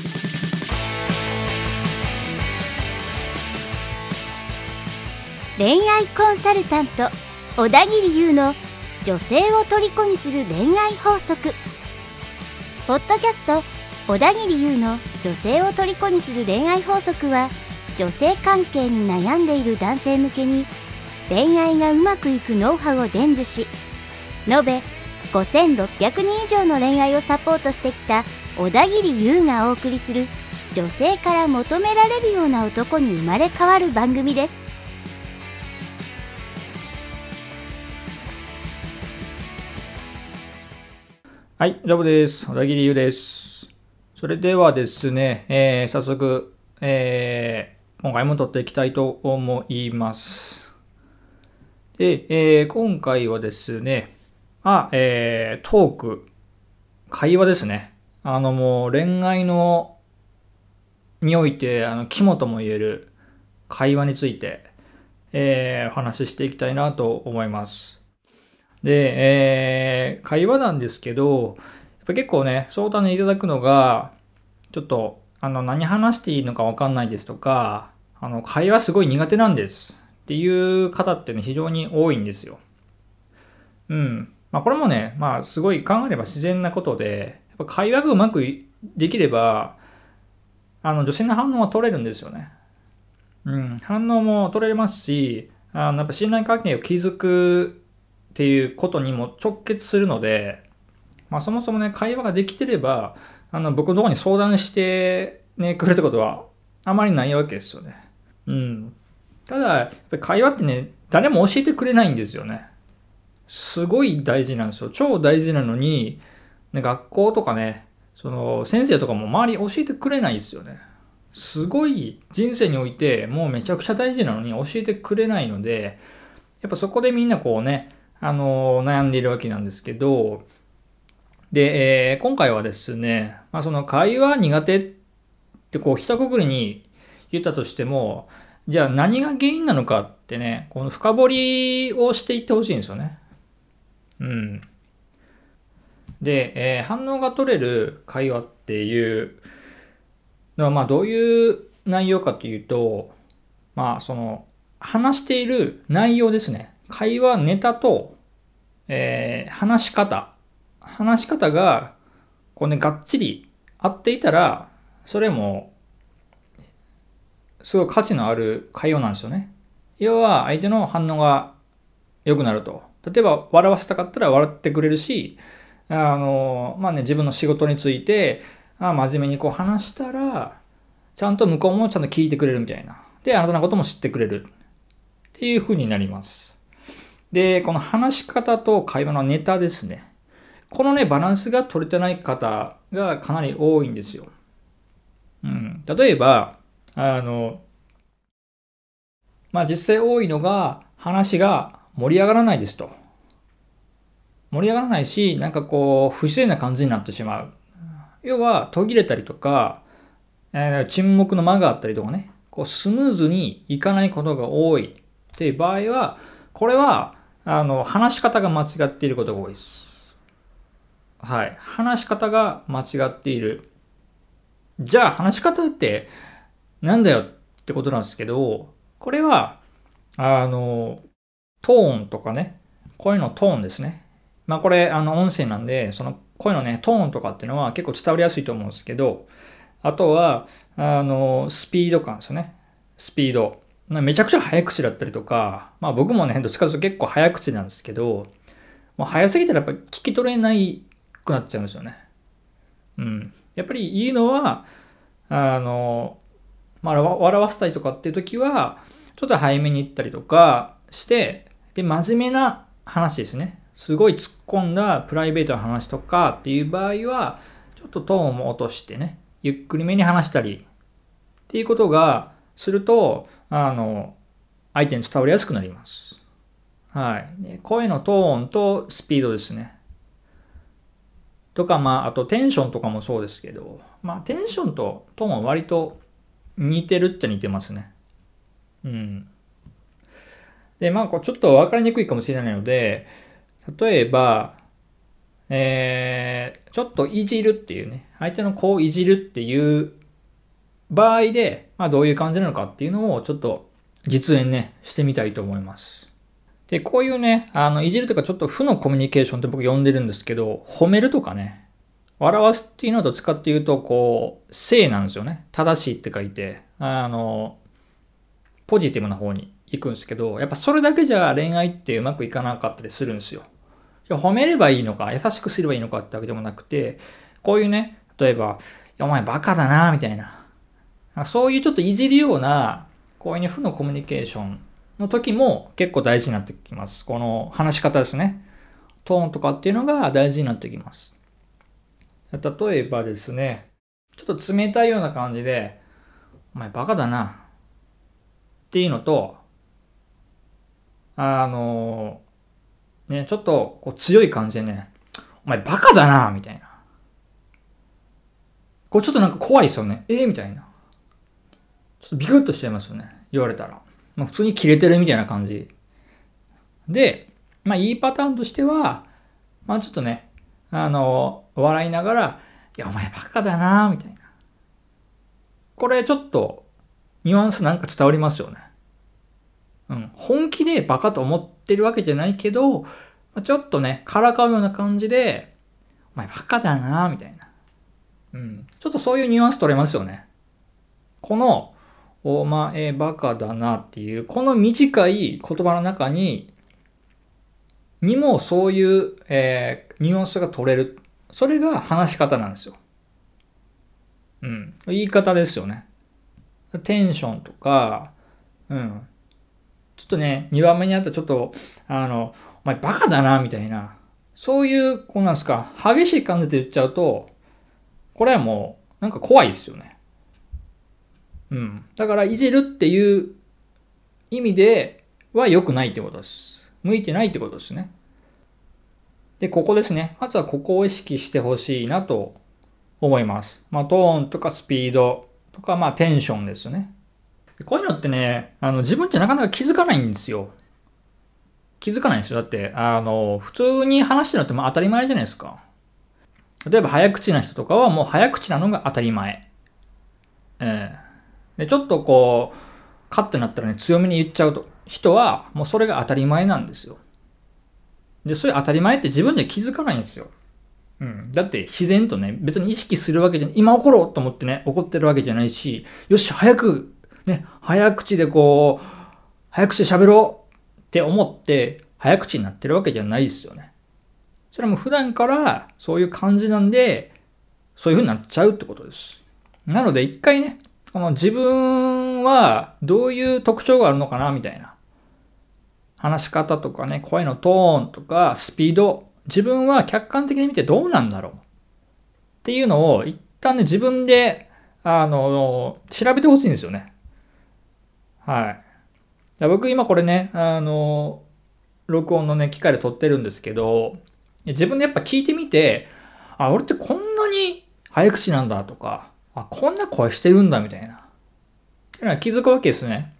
恋愛コンサルタント小田切優の女性を虜にする恋愛法則。ポッドキャスト小田切優の女性を虜にする恋愛法則は、女性関係に悩んでいる男性向けに恋愛がうまくいくノウハウを伝授し、延べ5600人以上の恋愛をサポートしてきた小田切優がお送りする、女性から求められるような男に生まれ変わる番組です。 はい、どうもです。小田切優です。それではですね、早速、今回も撮っていきたいと思います。で、今回はですね、トーク、会話ですね。もう恋愛において、肝とも言える会話について、お話ししていきたいなと思います。で、会話なんですけど、やっぱ結構ね、相談いただくのが、ちょっと、何話していいのかわかんないですとか、会話すごい苦手なんですっていう方ってね、非常に多いんですよ。これもね、すごい考えれば自然なことで、やっぱ会話がうまくできれば、女性の反応は取れるんですよね。反応も取れますし、やっぱ信頼関係を築くっていうことにも直結するので、そもそもね、会話ができてれば、僕のところに相談してね、くれることはあまりないわけですよね。ただ、やっぱり会話ってね、誰も教えてくれないんですよね。すごい大事なんですよ。超大事なのに、ね、学校とかね、先生とかも周り教えてくれないですよね。すごい人生においてもうめちゃくちゃ大事なのに教えてくれないので、やっぱそこでみんなこうね、悩んでいるわけなんですけど、で、今回はですね、その会話苦手ってこう一括りに言ったとしても、じゃあ何が原因なのかってね、この深掘りをしていってほしいんですよね。で、反応が取れる会話っていうのは、どういう内容かというと、話している内容ですね。会話ネタと、話し方が、こうね、がっちり合っていたら、それも、すごい価値のある会話なんですよね。要は、相手の反応が良くなると。例えば、笑わせたかったら笑ってくれるし、自分の仕事について、真面目にこう話したら、ちゃんと向こうもちゃんと聞いてくれるみたいな。で、あなたのことも知ってくれる。っていう風になります。で、この話し方と会話のネタですね。このね、バランスが取れてない方がかなり多いんですよ。例えば、実際多いのが、話が盛り上がらないですと。盛り上がらないし、なんかこう、不自然な感じになってしまう。要は、途切れたりとか、沈黙の間があったりとかね、こう、スムーズにいかないことが多いっていう場合は、これは、話し方が間違っていることが多いです。はい。話し方が間違っている。じゃあ、話し方ってなんだよってことなんですけど、これは、トーンとかね、声のトーンですね。これ、音声なんで、その声のね、トーンとかっていうのは結構伝わりやすいと思うんですけど、あとは、スピード感ですよね。スピード。めちゃくちゃ早口だったりとか、僕もね、どっちかというと結構早口なんですけど、もう早すぎたらやっぱり聞き取れないくなっちゃうんですよね。やっぱりいいのは、笑わせたりとかっていう時は、ちょっと早めに行ったりとかして、で、真面目な話ですね。すごい突っ込んだプライベートな話とかっていう場合は、ちょっとトーンも落としてね、ゆっくりめに話したりっていうことがすると、相手に伝わりやすくなります。はい。声のトーンとスピードですね。とか、あとテンションとかもそうですけど、テンションとトーンは割と似てるっちゃ似てますね。で、こうちょっと分かりにくいかもしれないので、例えば、 ちょっといじるっていうね、相手の子をいじるっていう場合で、どういう感じなのかっていうのをちょっと実演ね、してみたいと思います。で、こういうね、いじるとかちょっと負のコミュニケーションって僕呼んでるんですけど、褒めるとかね、笑わすっていうのはどっちかっていうと、正なんですよね。正しいって書いて、ポジティブな方に行くんですけど、やっぱそれだけじゃ恋愛ってうまくいかなかったりするんですよ。褒めればいいのか、優しくすればいいのかってわけでもなくて、こういうね、例えば、お前バカだな、みたいな。そういうちょっといじるような、こういうね、負のコミュニケーションの時も結構大事になってきます。この話し方ですね。トーンとかっていうのが大事になってきます。例えばですね、ちょっと冷たいような感じで、お前バカだな。っていうのと、ちょっと強い感じでね、お前バカだなみたいな。ちょっとなんか怖いですよね。みたいな。ちょっとビクッとしちゃいますよね。言われたら。普通にキレてるみたいな感じ。で、いいパターンとしては、ちょっとね、笑いながら、いや、お前バカだなみたいな。これちょっと、ニュアンスなんか伝わりますよね。本気でバカと思ってるわけじゃないけど、ちょっとね、からかうような感じで、お前バカだなみたいな。ちょっとそういうニュアンス取れますよね。この、お前バカだなっていう、この短い言葉の中にもそういう、ニュアンスが取れる。それが話し方なんですよ。言い方ですよね。テンションとか、ちょっとね、2番目にあったちょっと、お前バカだな、みたいな。そういう、なんですか、激しい感じで言っちゃうと、これはもう、なんか怖いですよね。だから、いじるっていう意味では良くないってことです。向いてないってことですね。で、ここですね。まずはここを意識してほしいなと思います。トーンとかスピードとか、テンションですよね。こういうのってね、自分ってなかなか気づかないんですよ。気づかないんですよ。だって、普通に話してるのって当たり前じゃないですか。例えば早口な人とかはもう早口なのが当たり前。で、ちょっとカッとなったらね、強めに言っちゃう人は、もうそれが当たり前なんですよ。で、そういう当たり前って自分で気づかないんですよ。だって自然とね、別に意識するわけじゃない。今怒ろうと思ってね、怒ってるわけじゃないし、よし、早口で早口で喋ろうって思って、早口になってるわけじゃないですよね。それはもう普段からそういう感じなんで、そういう風になっちゃうってことです。なので一回ね、この自分はどういう特徴があるのかなみたいな。話し方とかね、声のトーンとかスピード、自分は客観的に見てどうなんだろうっていうのを一旦ね、自分で、調べてほしいんですよね。はい。僕今これね、録音のね、機械で撮ってるんですけど、自分でやっぱ聞いてみて、俺ってこんなに早口なんだとか、こんな声してるんだみたいな。っていうのは気づくわけですね。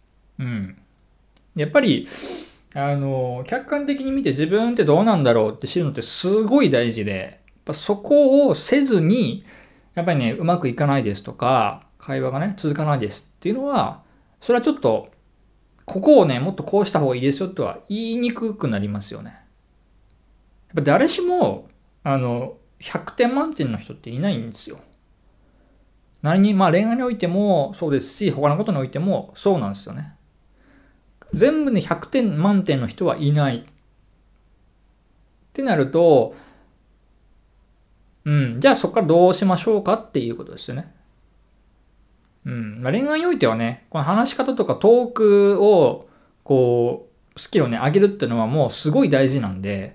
やっぱり、客観的に見て自分ってどうなんだろうって知るのってすごい大事で、やっぱそこをせずに、やっぱりね、うまくいかないですとか、会話がね、続かないですっていうのは、それはちょっと、ここをね、もっとこうした方がいいですよとは言いにくくなりますよね。やっぱ誰しも、100点満点の人っていないんですよ。何に、恋愛においてもそうですし、他のことにおいてもそうなんですよね。全部で100点満点の人はいない。ってなると、じゃあそこからどうしましょうかっていうことですよね。恋愛においてはね、この話し方とかトークを、スキルをね、上げるっていうのはもうすごい大事なんで、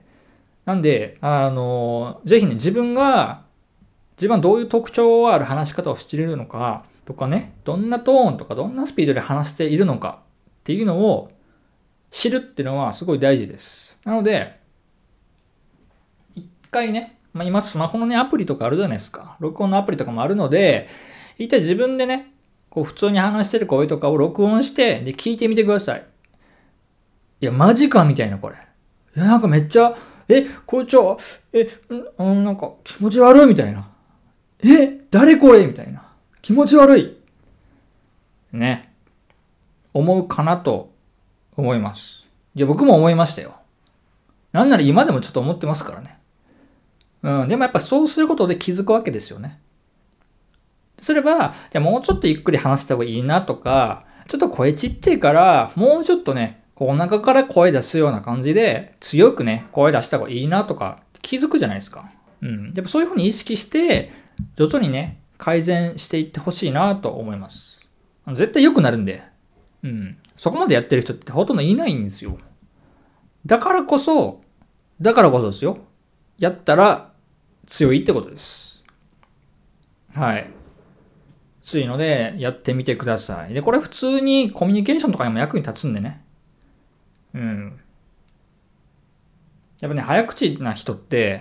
ぜひね、自分はどういう特徴ある話し方をしているのかとかね、どんなトーンとかどんなスピードで話しているのかっていうのを知るっていうのはすごい大事です。なので、一回ね、今スマホのね、アプリとかあるじゃないですか。録音のアプリとかもあるので、一体自分でね、普通に話してる声とかを録音して、で、聞いてみてください。いや、マジかみたいな、これ。いや、なんかめっちゃこいつは、なんか気持ち悪いみたいな。誰これみたいな。気持ち悪い。ね。思うかなと思います。僕も思いましたよ。なんなら今でもちょっと思ってますからね。でもやっぱそうすることで気づくわけですよね。すれば、じゃあもうちょっとゆっくり話した方がいいなとか、ちょっと声ちっちゃいから、もうちょっとね、お腹から声出すような感じで、強くね、声出した方がいいなとか、気づくじゃないですか。やっぱそういうふうに意識して、徐々にね、改善していってほしいなと思います。絶対良くなるんで。そこまでやってる人ってほとんどいないんですよ。だからこそですよ。やったら強いってことです。はい。強いので、やってみてください。で、これ普通にコミュニケーションとかにも役に立つんでね。やっぱね、早口な人って、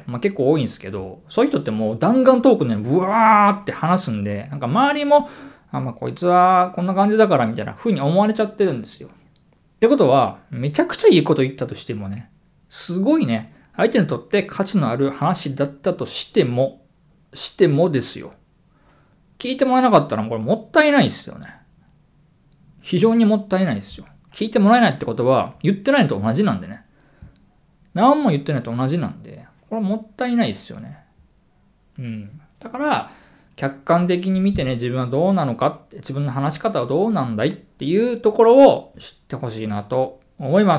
結構多いんですけど、そういう人ってもう弾丸トークでブワーって話すんで、なんか周りも、こいつはこんな感じだからみたいな風に思われちゃってるんですよ。ってことは、めちゃくちゃいいこと言ったとしてもね、すごいね、相手にとって価値のある話だったとしてもですよ。聞いてもらえなかったらこれもったいないですよね。非常にもったいないですよ。聞いてもらえないってことは言ってないのと同じなんでね。何も言ってないと同じなんで、これもったいないですよね。だから、客観的に見てね、自分はどうなのかって、自分の話し方はどうなんだいっていうところを知ってほしいなと思います。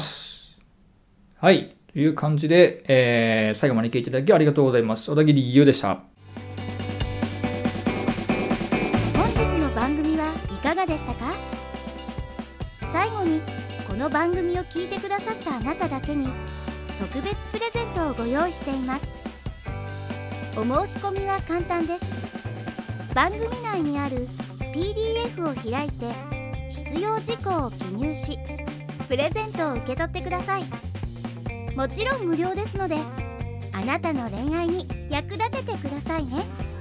はい。という感じで、最後まで聞いていただきありがとうございます。小田切優でした。 本日の番組はいかがでしたか？最後にこの番組を聞いてくださったあなただけに特別プレゼントをご用意しています。お申し込みは簡単です。番組内にある PDF を開いて必要事項を記入し、プレゼントを受け取ってください。もちろん無料ですので、あなたの恋愛に役立ててくださいね。